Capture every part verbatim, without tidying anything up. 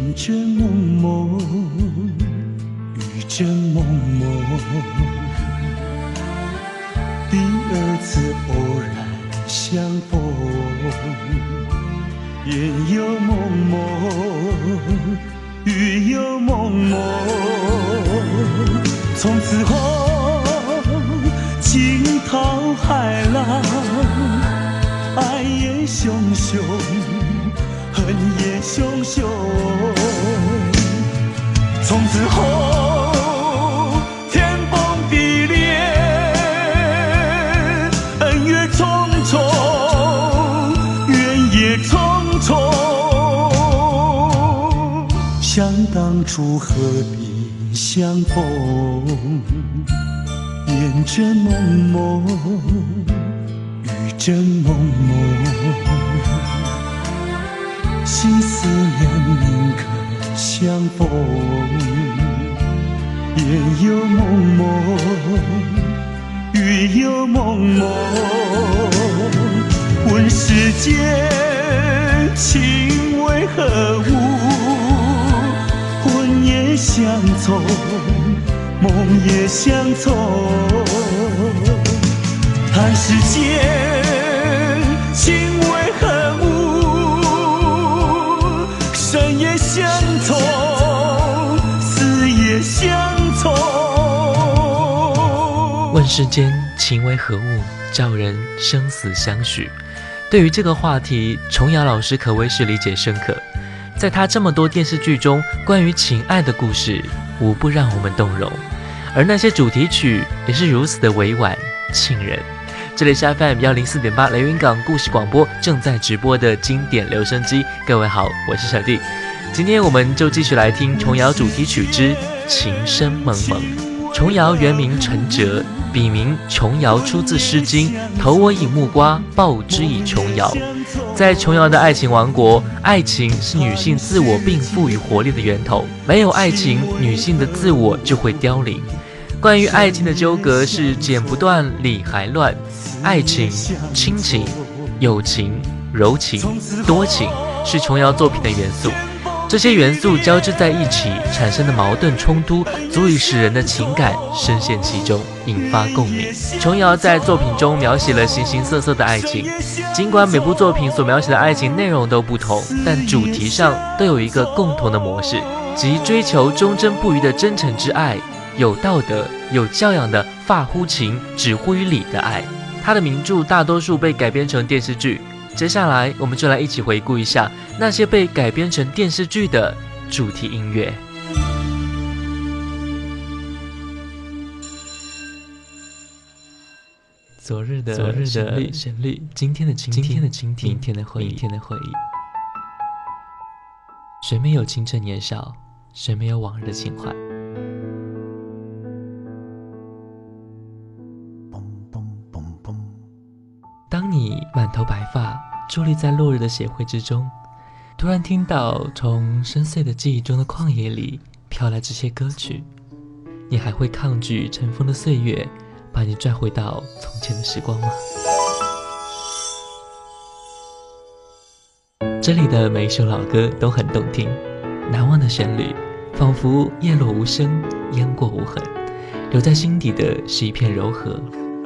烟正蒙蒙，雨正蒙蒙，第二次偶然相逢，烟又蒙蒙，雨又蒙蒙，从此后惊涛骇浪，爱也汹汹，恨也汹汹，从此后天崩地裂，恩怨重重，怨也重重，想当初何必相逢，烟正蒙蒙，雨正蒙蒙，心思念宁可相逢，烟又蒙蒙，雨又蒙蒙，问世间情为何物，魂也相从，梦也相从，叹世间情为何物，生也相从，死也相从。 问世间情为何物，叫人生死相许。对于这个话题，琼瑶老师可谓是理解深刻。在他这么多电视剧中，关于情爱的故事无不让我们动容，而那些主题曲也是如此的委婉沁人。这里是 F M 一零四点八 雷云港故事广播正在直播的经典留声机。各位好，我是小弟。今天我们就继续来听琼瑶主题曲之情深蒙蒙。琼瑶原名陈哲，笔名琼瑶，出自《诗经》，投我以木瓜，报之以琼瑶。在琼瑶的爱情王国，爱情是女性自我并赋予活力的源头，没有爱情，女性的自我就会凋零。关于爱情的纠葛是剪不断，理还乱。爱情、亲情、友情、柔情、多情是琼瑶作品的元素，这些元素交织在一起产生的矛盾冲突，足以使人的情感深陷其中，引发共鸣。琼瑶在作品中描写了形形色色的爱情，尽管每部作品所描写的爱情内容都不同，但主题上都有一个共同的模式，即追求忠贞不渝的真诚之爱，有道德、有教养的发乎情、止乎于理的爱。他的名著大多数被改编成电视剧，接下来我们就来一起回顾一下那些被改编成电视剧的主题音乐。昨日的昨日的旋律，旋律今天的今天，今天的今天，明天的回忆，明天的回忆。谁没有青春年少？谁没有往日的情怀？当你满头白发伫立在落日的血灰之中，突然听到从深邃的记忆中的旷野里飘来这些歌曲，你还会抗拒尘封的岁月把你拽回到从前的时光吗？这里的每一首老歌都很动听，难忘的旋律仿佛叶落无声，烟过无痕，留在心底的是一片柔和。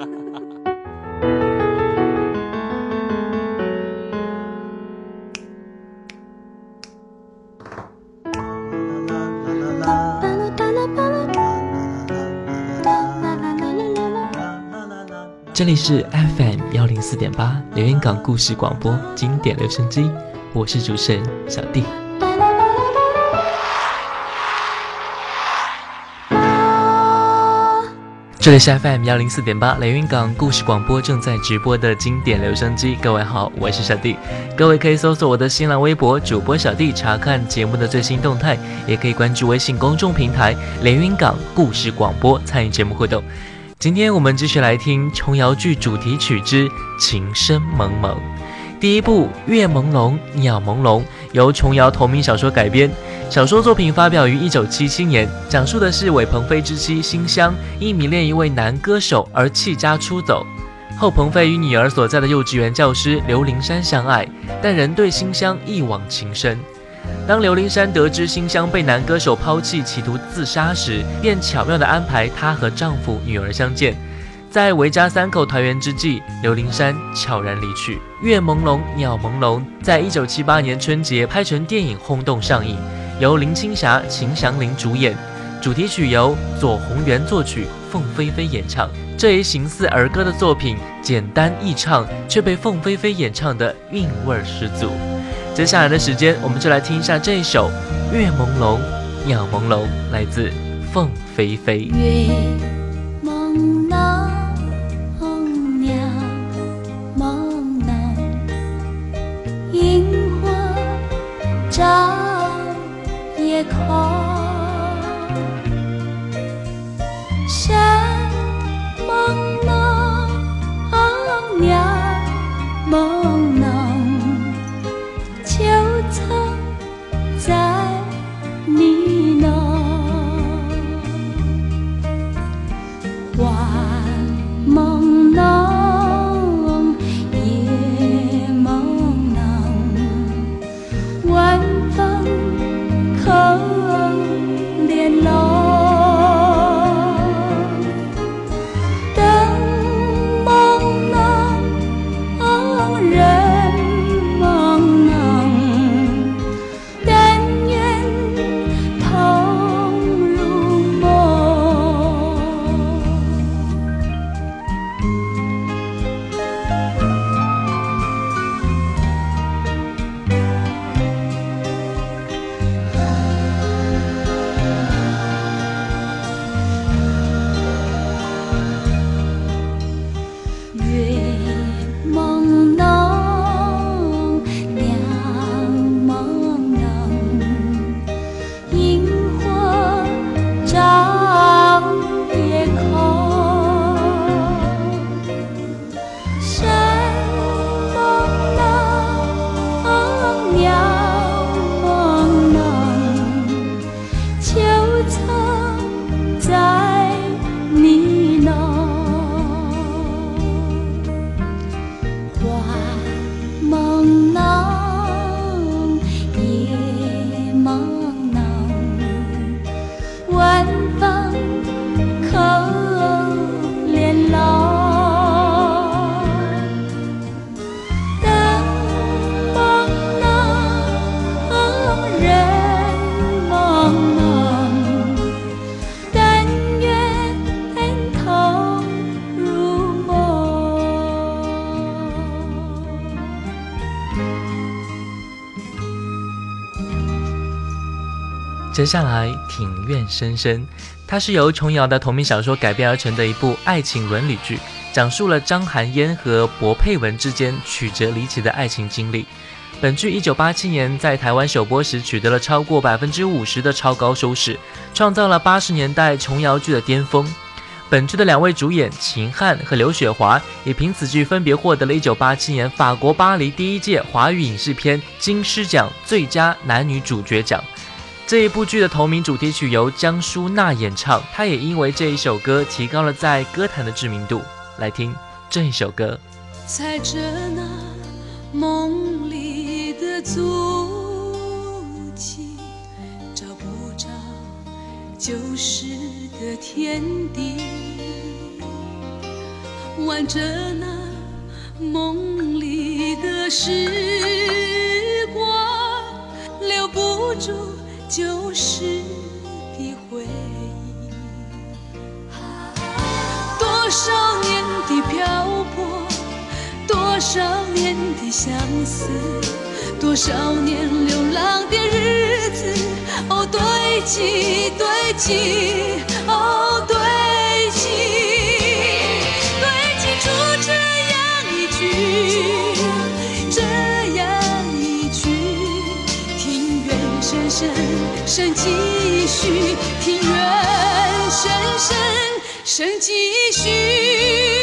这里是 F M 一零四点八 连云港故事广播经典留声机，我是主持人小弟。这里是 F M 一零四点八 连云港故事广播正在直播的经典留声机。各位好，我是小弟。各位可以搜索我的新浪微博主播小弟查看节目的最新动态，也可以关注微信公众平台连云港故事广播参与节目互动。今天我们继续来听琼瑶剧主题曲之情深蒙蒙。第一部《月朦胧鸟朦胧》由琼瑶同名小说改编，小说作品发表于一九七七年，讲述的是韦鹏飞之妻馨香因迷恋一位男歌手而弃家出走，后鹏飞与女儿所在的幼稚园教师刘灵山相爱，但仍对馨香一往情深。 当刘林山得知馨香被男歌手抛弃，企图自杀时，便巧妙地安排她和丈夫、女儿相见。在韦家三口团圆之际，刘林山悄然离去。月朦胧，鸟朦胧，在一九七八年春节拍成电影，轰动上映，由林青霞、秦祥林主演，主题曲由左宏元作曲，凤飞飞演唱。这一形似儿歌的作品，简单易唱，却被凤飞飞演唱的韵味十足。接下来的时间，我们就来听一下这一首《月朦胧，鸟朦胧》，来自凤飞飞。 月朦胧，鸟朦胧，萤火照夜空。山朦胧，鸟朦胧，秋曾在呢喃。花朦胧，夜朦胧，晚风可怜喽。 接下来，庭院深深，它是由琼瑶的同名小说改编而成的一部爱情伦理剧，讲述了张含烟和薄佩文之间曲折离奇的爱情经历。本剧一九八七年在台湾首播时取得了超过百分之五十的超高收视，创造了八十年代琼瑶剧的巅峰。本剧的两位主演秦汉和刘雪华也凭此剧分别获得了一九八七年法国巴黎第一届华语影视片金狮奖最佳男女主角奖。这一部剧的同名主题曲由江淑娜演唱，她也因为这一首歌提高了在歌坛的知名度。来听这一首歌。 踩着那梦里的足迹，找不着旧时的天地，玩着那梦里的时光，留不住旧时的回忆。多少年的漂泊，多少年的相思，多少年流浪的日子，哦，堆积堆积，哦，堆积堆积出这样一句，这样一句，庭院深深深几许，庭院深深深几许。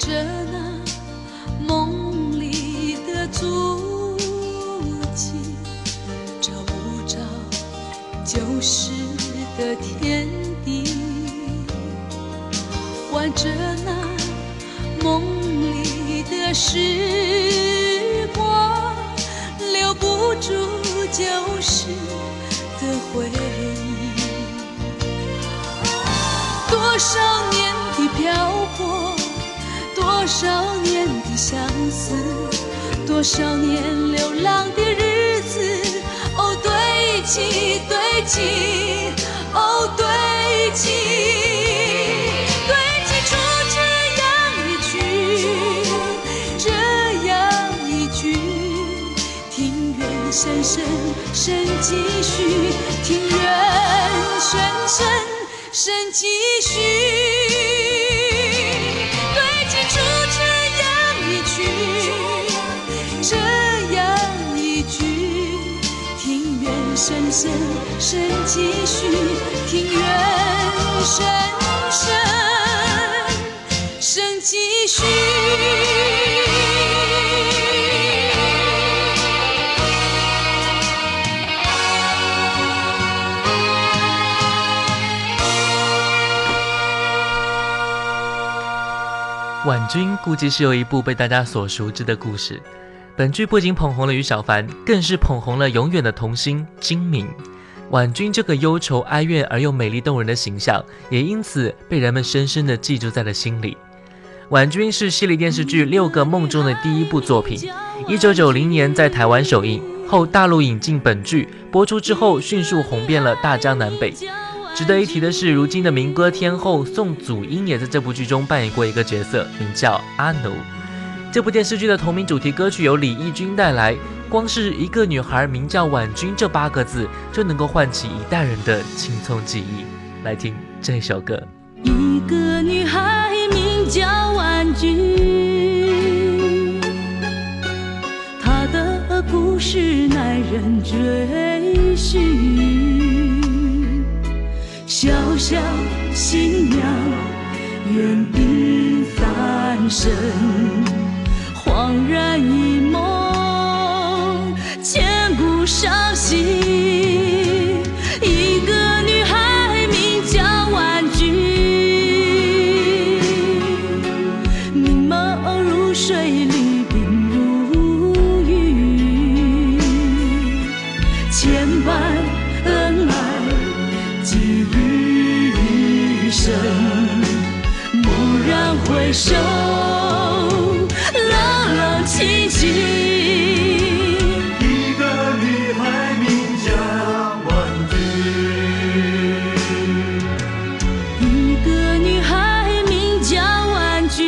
着那梦里的足迹，找不着旧时的天地，玩着那梦里的时光，留不住旧时的回忆。多少年的漂泊，多少年的相思，多少年流浪的日子，哦，堆积堆积，哦，堆积堆积出这样一句，这样一句，庭院深深深几许，庭院深深深几许，堆积出这样一句，这样一句，庭院深深深几许，庭院深深深几许。 婉君估计是有一部被大家所熟知的故事。本剧不仅捧红了于小凡，更是捧红了永远的童星金敏。婉君这个忧愁哀怨而又美丽动人的形象，也因此被人们深深地记住在了心里。婉君是系列电视剧《六个梦》中的第一部作品，一九九零年在台湾首映，后大陆引进本剧，播出之后迅速红遍了大江南北。值得一提的是，如今的民歌天后宋祖英也在这部剧中扮演过一个角色，名叫阿奴。这部电视剧的同名主题歌曲由李翊君带来，光是一个女孩名叫婉君这八个字，就能够唤起一代人的青葱记忆。来听这首歌。 一个女孩名叫婉君，她的故事耐人追寻，小小新娘远迎三生，恍然一梦，千古伤心。一个女孩名叫婉君，明眸如水，离鬓如雨，千般恩爱寄予一生，蓦然回首，冷冷清清。 一个女孩名叫婉君， 一个女孩名叫婉君，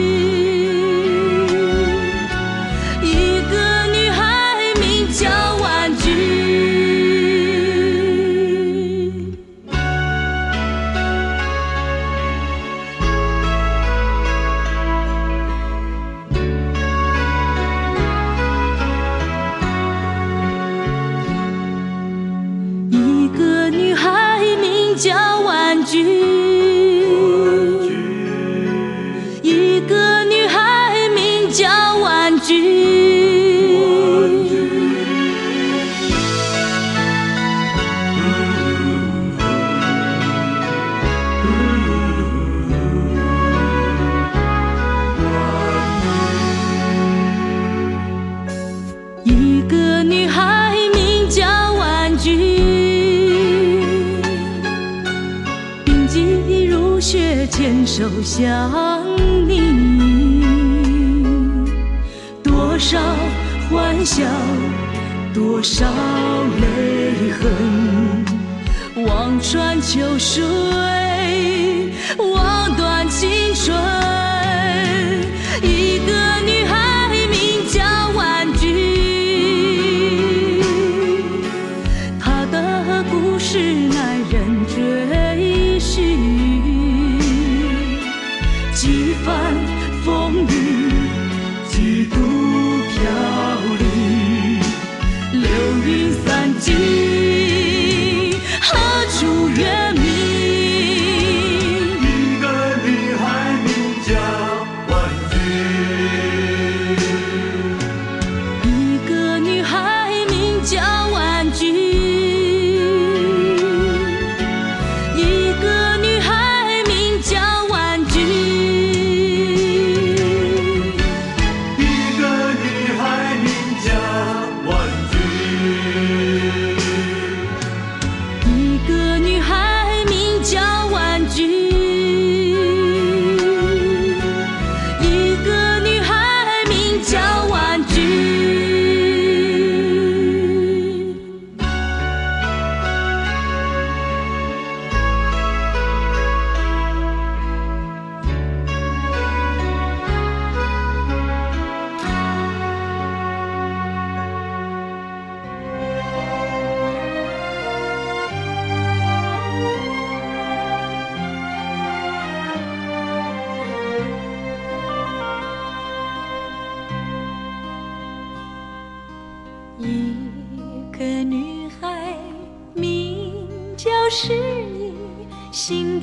一个女孩名叫婉君。一个女孩名叫婉君，一个女孩名叫婉君。一个女孩名叫婉君，铭记如雪，牵手相依，多少欢笑，多少泪痕，望穿秋水，望断青春。一个女孩名叫婉君，她的故事耐人追寻，几番风雨，几度飘零，流云散尽，何处圆明？ 一个女孩名叫婉君。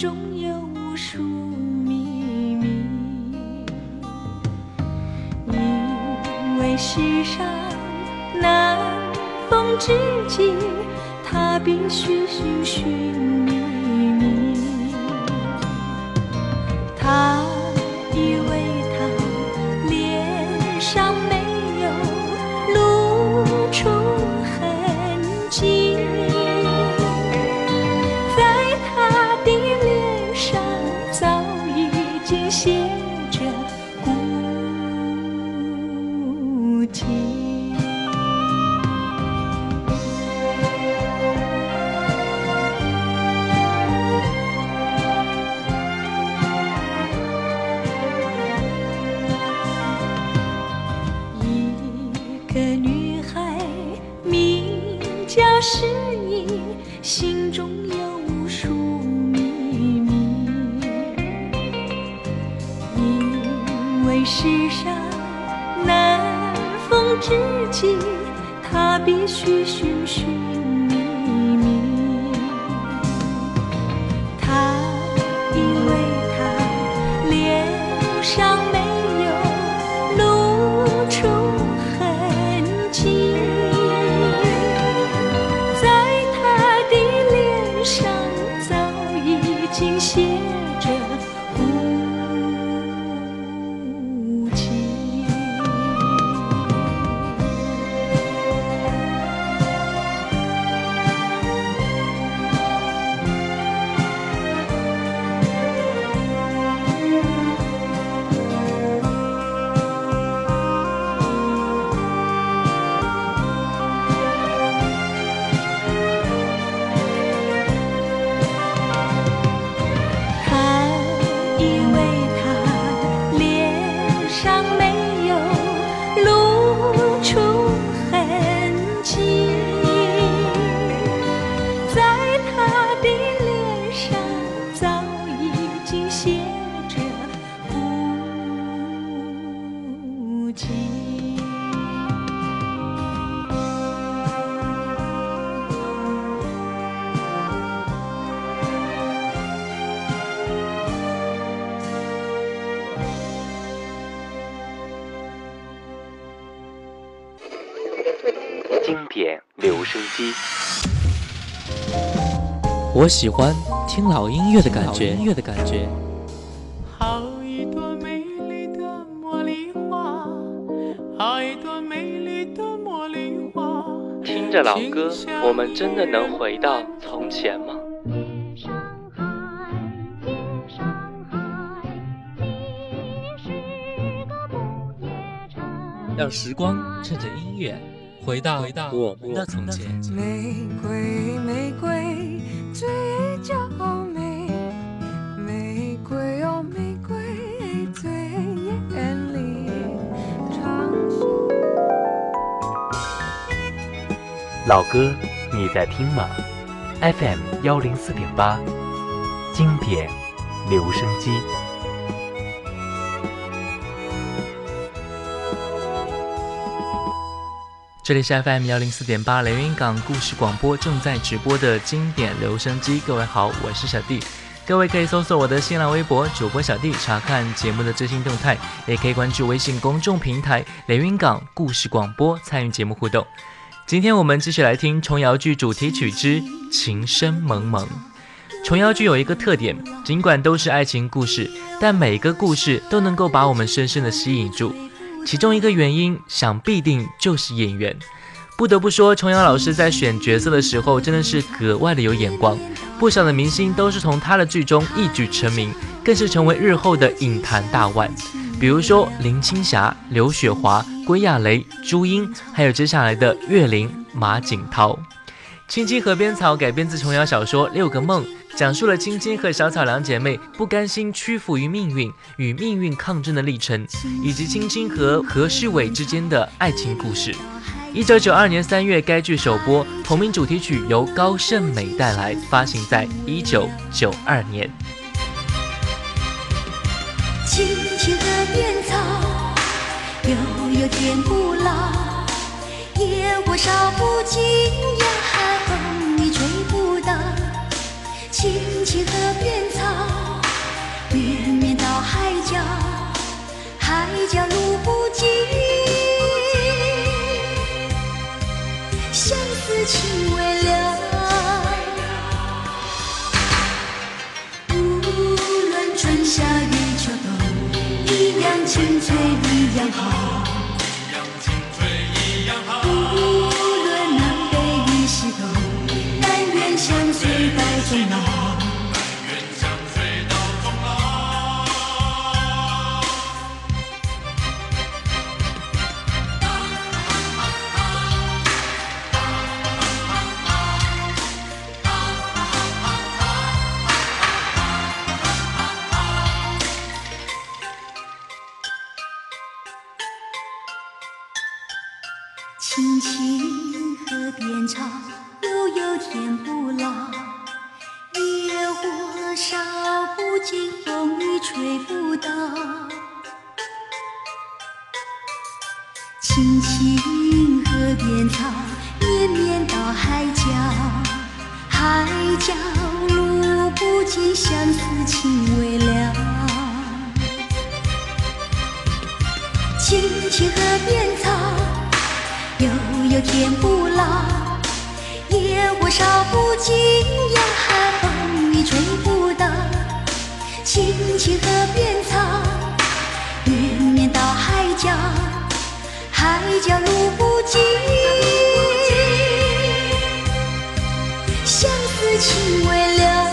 中有无数秘密，因为世上难逢知己，他必须寻寻觅觅。他以为他脸上没有露出痕迹，在他的脸上早已经写着孤寂。是你心中有无数秘密，因为世上难逢知己，他必须寻寻觅觅。他以为他脸上没有露出痕迹，上早已经写着孤寂。 经典留声机，我喜欢听老音乐的感觉。音乐的感觉。 好一朵美丽的茉莉花，好一朵美丽的茉莉花。 听着老歌，我们真的能回到从前吗？让时光趁着音乐回到回到我们的从前。 玫瑰玫瑰最娇美，玫瑰哦玫瑰最艳丽。 老歌你在听吗 ？F M 幺零四点八，经典留声机。 这里是 F M 幺零四点八连云港故事广播正在直播的经典留声机。各位好，我是小弟。各位可以搜索我的新浪微博主播小弟，查看节目的最新动态，也可以关注微信公众平台连云港故事广播，参与节目互动。今天我们继续来听琼瑶剧主题曲之《情深蒙蒙》。琼瑶剧有一个特点，尽管都是爱情故事，但每个故事都能够把我们深深的吸引住。其中一个原因想必定就是演员。不得不说，琼瑶老师在选角色的时候真的是格外的有眼光，不少的明星都是从她的剧中一举成名，更是成为日后的影坛大腕。比如说林青霞、刘雪华、归亚蕾、朱茵，还有接下来的岳林、马景涛。青青河边草改编自琼瑶小说《六个梦》，讲述了青青和小草两姐妹不甘心屈服于命运，与命运抗争的历程，以及青青和何世伟之间的爱情故事。一九九二年三月，该剧首播，同名主题曲由高胜美带来，发行在一九九二年。 青青河边草，悠悠天不老，野火烧不尽呀，风雨吹不倒。青青青河边草，绵绵到海角，海角路不尽，相思情未了。无论春夏与秋冬，一样青翠一样好。无论南北与西东，但愿相随到终老。青青河边草，悠悠天不老。野火烧不尽，风雨吹不倒。青青河边草，绵绵到海角，海角路不尽，相思情未了。青青河边草，悠悠天不老，野火烧不尽呀，风雨吹不倒。青青河边草，绵绵到海角，海角路不尽，相思情未了。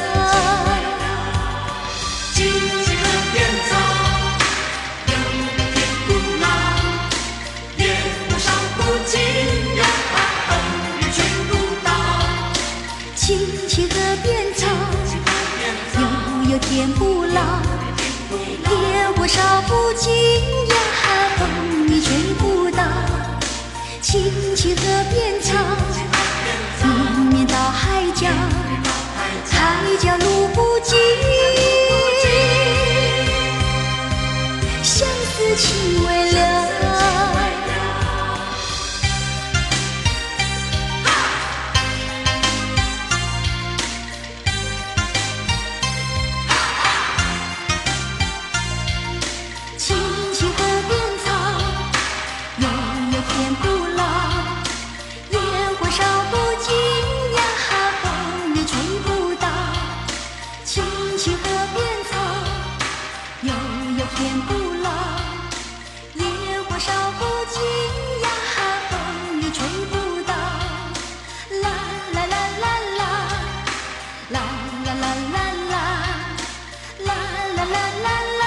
青青河边草，悠悠天不老，野火烧不尽呀，风雨吹不倒。 青青河边草，悠悠天不老，野火烧不尽呀，风雨吹不倒。青青河边草，绵绵到海角，海角路不尽，相思情未了。青青河边草，悠悠天不老，野火烧不尽呀，风雨吹不倒。青青河边草，悠悠天不老，野火烧不尽呀，风雨吹不倒。啦啦啦啦啦，啦啦啦啦啦，啦啦啦啦啦。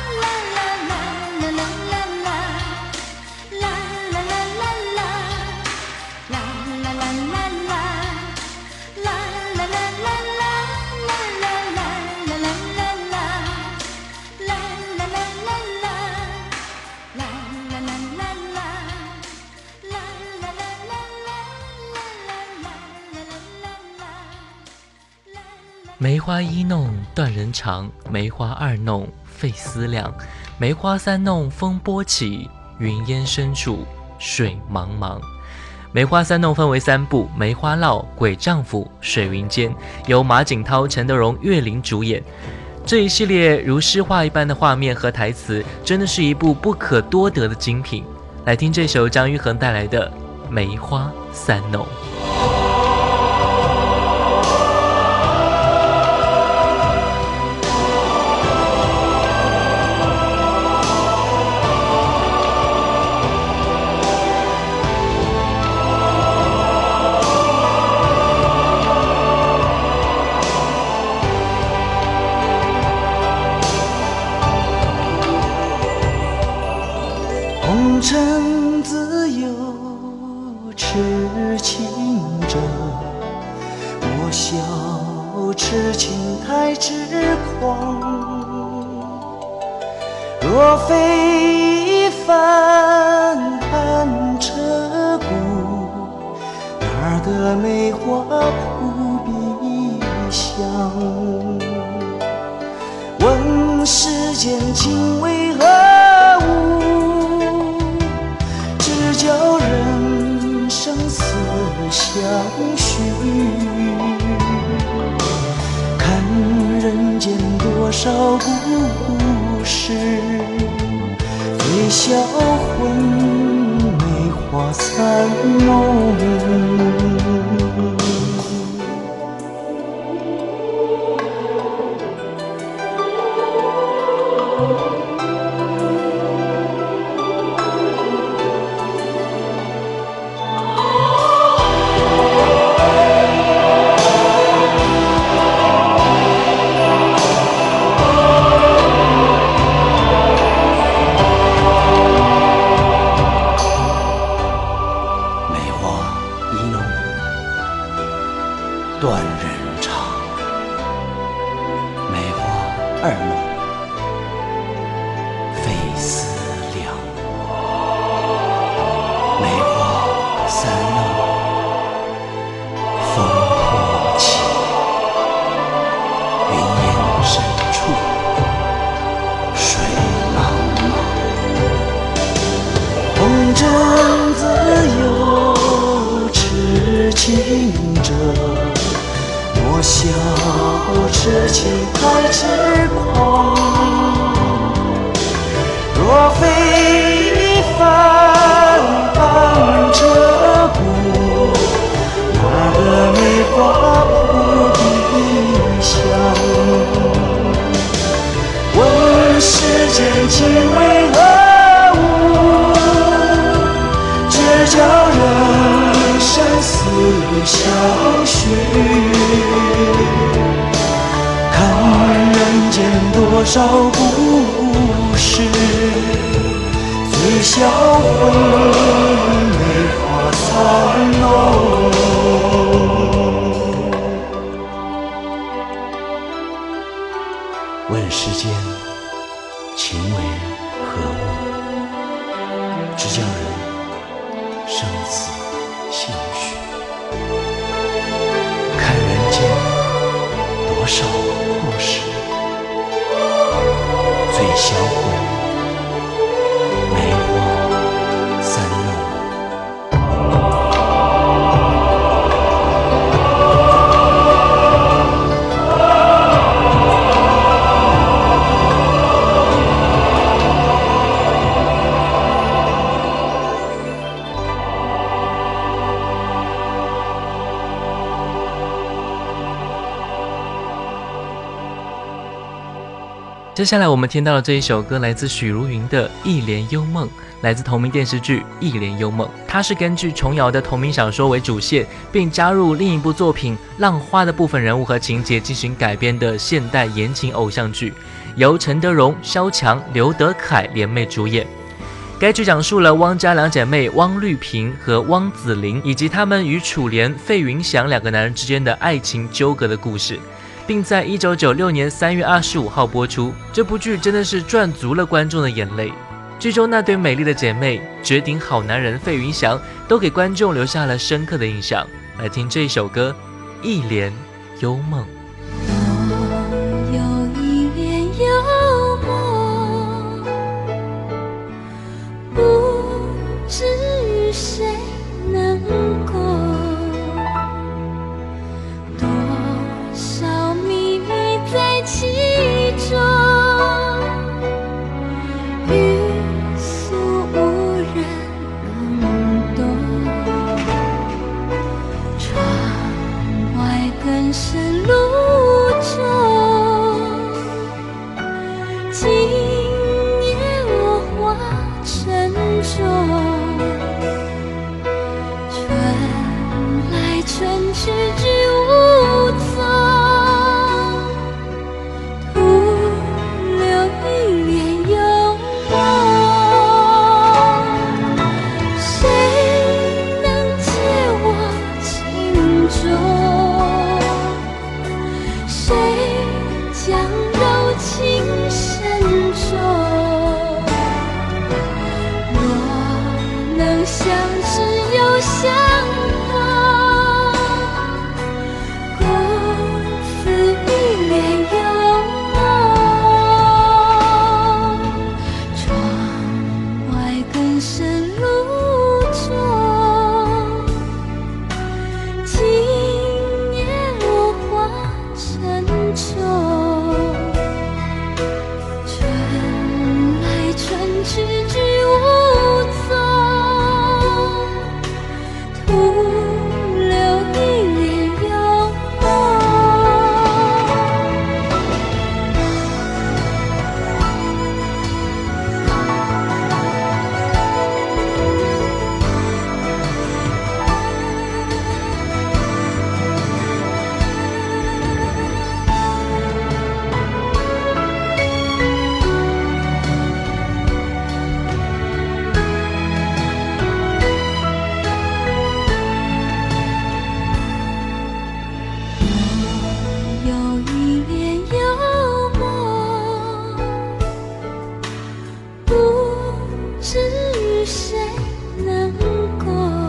梅花一弄断人肠，梅花二弄费思量，梅花三弄风波起，云烟深处水茫茫。梅花三弄分为三部，梅花烙、鬼丈夫、水云间，由马景涛、陈德容、岳霖主演。这一系列如诗画一般的画面和台词，真的是一部不可多得的精品。来听这首张玉衡带来的《梅花三弄》。 红尘自有痴情者，我笑痴情太痴狂。若非翻盘彻骨，哪得梅花扑鼻香？问世间情为何物，只叫人生死相许。看少故事，醉销魂，梅花残浓。 断人肠，梅花二弄，费思量；梅花三弄，烽火起。云烟深处，水茫茫。 红尘自有痴情者，莫笑痴情太痴狂。若非翻翻这骨，哪个梅花扑鼻香？问世间情为何物，只叫人生死相许。看人间多少故事，醉销魂，梅花残浓。问世间情为何物，只叫人生死相许。看人间多少故事，醉销魂，梅花三弄。 接下来我们听到的这一首歌来自许茹芸的《一帘幽梦》，来自同名电视剧《一帘幽梦》，它是根据琼瑶的同名小说为主线，并加入另一部作品《浪花》的部分人物和情节进行改编的现代言情偶像剧，由陈德容、萧蔷、刘德凯联袂主演。该剧讲述了汪家两姐妹汪绿萍和汪子玲以及她们与楚濂、费云祥两个男人之间的爱情纠葛的故事，并在一九九六年三月二十五号播出。这部剧真的是赚足了观众的眼泪。剧中那对美丽的姐妹，绝顶好男人费云祥，都给观众留下了深刻的印象。来听这一首歌《一帘幽梦》。 我有一帘幽梦，不知谁能够，多少秘密在其中，欲诉无人能懂。窗外更深路中，今夜我化沉重。春来春去知无踪，徒留一帘幽梦。谁能解我情衷？谁将柔情深重？若踽踽无踪，徒留一帘幽梦。有一帘幽梦，不知谁能够，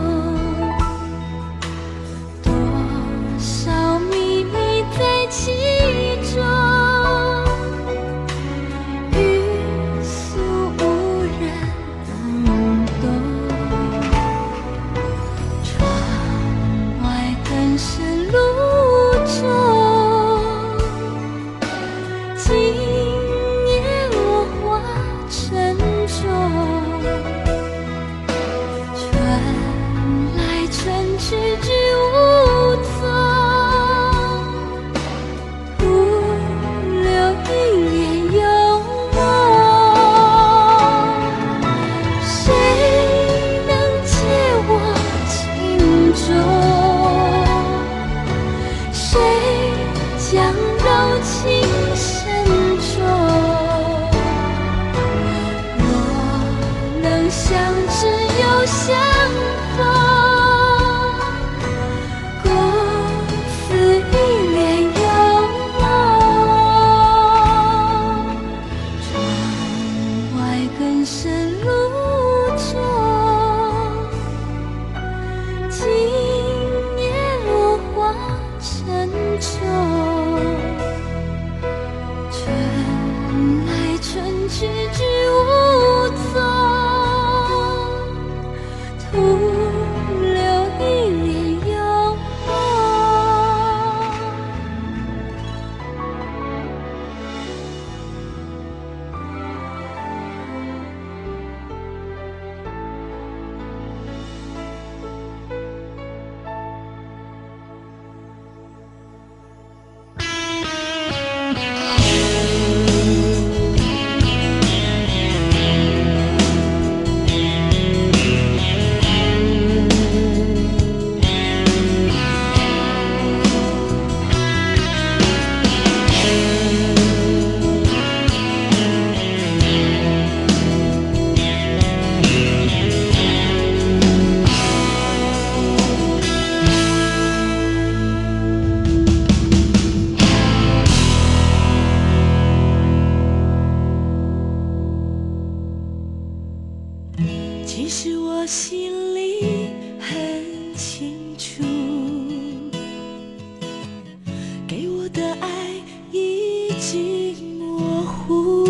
多少秘密在其中，欲诉无人懂。窗外更深路中，今夜落花沉重，春来春去知无踪，徒留一帘幽梦。谁能解我情衷？谁将柔情深重？若能相知又相逢，共此一帘幽梦。窗外更深路中，今夜落花沉重。春来春去知无踪，徒留一帘幽梦。其实我心里很清楚，给我的爱已经模糊。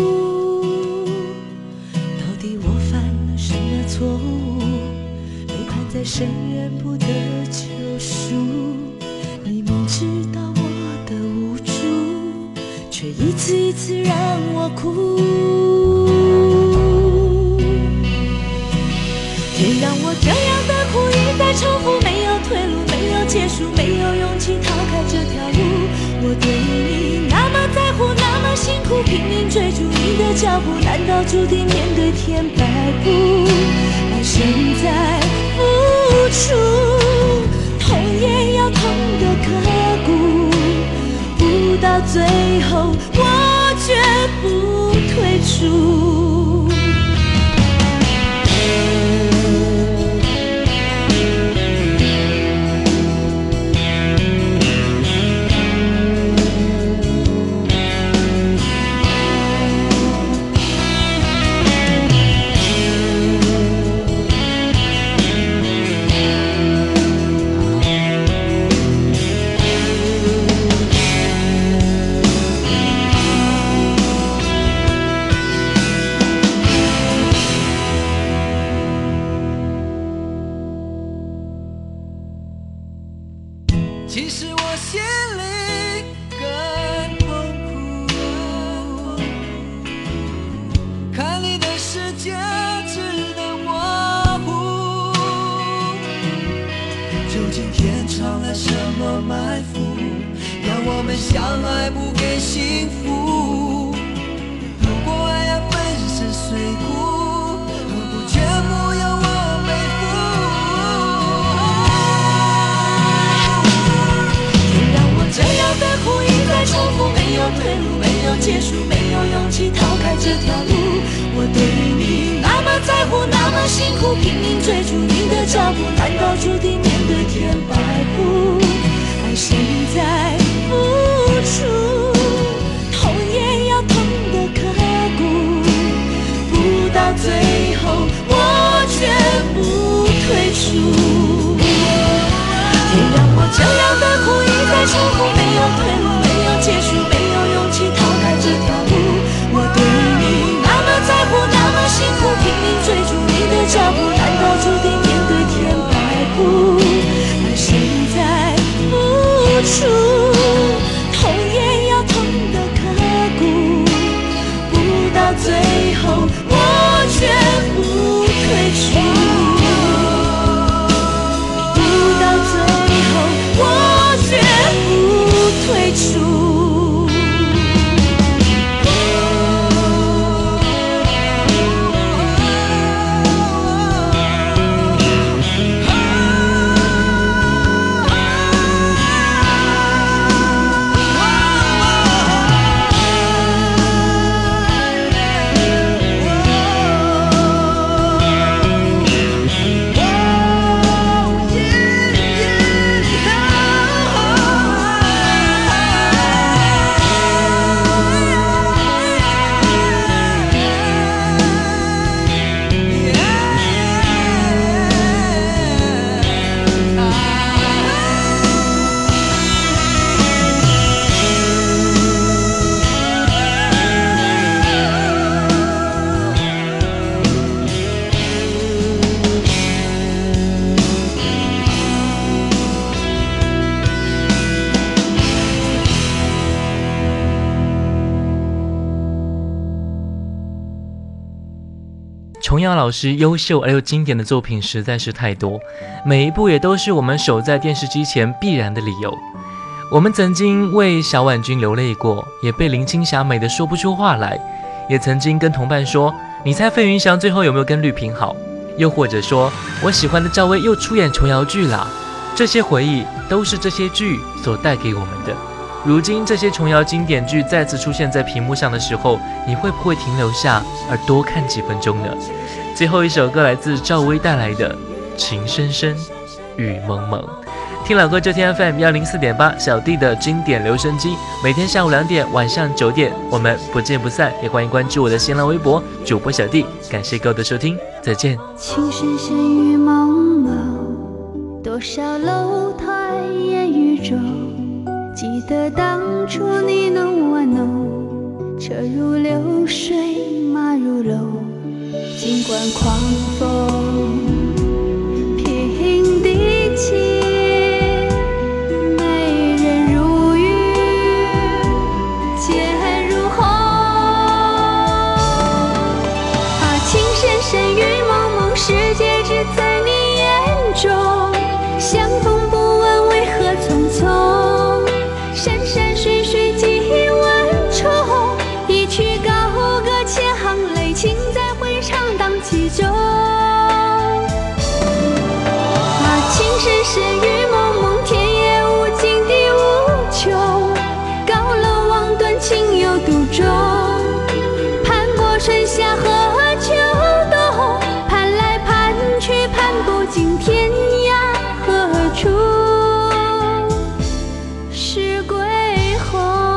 到底我犯了什么错误？背叛在深渊不得救赎。你明知道我的无助，却一次一次让我哭。天让我这样的苦一再重复，没有退路，没有结束，没有勇气逃开这条路。我对你那么在乎，那么辛苦，拼命追逐你的脚步，难道注定面对天摆布？爱身在付出，痛也要痛得刻骨，不到最后我绝不退出。 世界只能模糊。究竟天藏了什么埋伏，让我们相爱不给幸福？如果爱要粉身碎骨，何不全部由我背负？天让我这样的苦一再重复，没有退路，没有结束，没有勇气逃开这条路。我对你那么在乎，那么辛苦，拼命追逐你的脚步，难道注定面对天白骨？爱谁在付出，痛也要痛得刻骨，不到最后我绝不退出。天让我这样的苦一再重复，没有退路，没有结束，没有勇气逃开这条路。我对你那么在乎，那么辛苦，拼命追逐你的脚步，难道注定面对天白骨？爱谁在付出，痛也要痛得刻骨，不到最后我绝不退出，不到最后我绝不退出。 琼瑶老师优秀而又经典的作品实在是太多，每一部也都是我们守在电视机前必然的理由。我们曾经为小婉君流泪过，也被林青霞美得说不出话来，也曾经跟同伴说，你猜费云翔最后有没有跟绿萍好？又或者说，我喜欢的赵薇又出演琼瑶剧啦。这些回忆都是这些剧所带给我们的。如今这些琼瑶经典剧再次出现在屏幕上的时候，你会不会停留下而多看几分钟呢？最后一首歌来自赵薇带来的《情深深雨蒙蒙》。听老歌就听 F M 一零四点八小弟的经典留声机，每天下午两点晚上九点我们不见不散。也欢迎关注我的新浪微博主播小弟。感谢各位的收听，再见。 情深深雨蒙蒙，多少楼台烟雨中，记得当初你侬我侬，车如流水马如龙，尽管狂风平地起，美人如玉剑如虹。啊，情深深雨蒙蒙，世界只在你眼中，相逢不问为何匆匆，山山水水几万重，一曲高歌千行泪，情在回肠荡气中。啊，情深深雨蒙蒙，天也无尽地无穷，高楼望断情有独钟，盼过春夏和秋冬，盼来盼去盼不尽天涯何处是归鸿。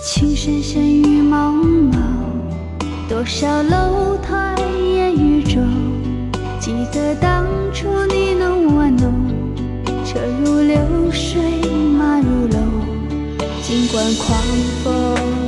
情深深雨茫茫，多少楼台烟雨中，记得当初你侬我侬，车如流水马如龙，尽管狂风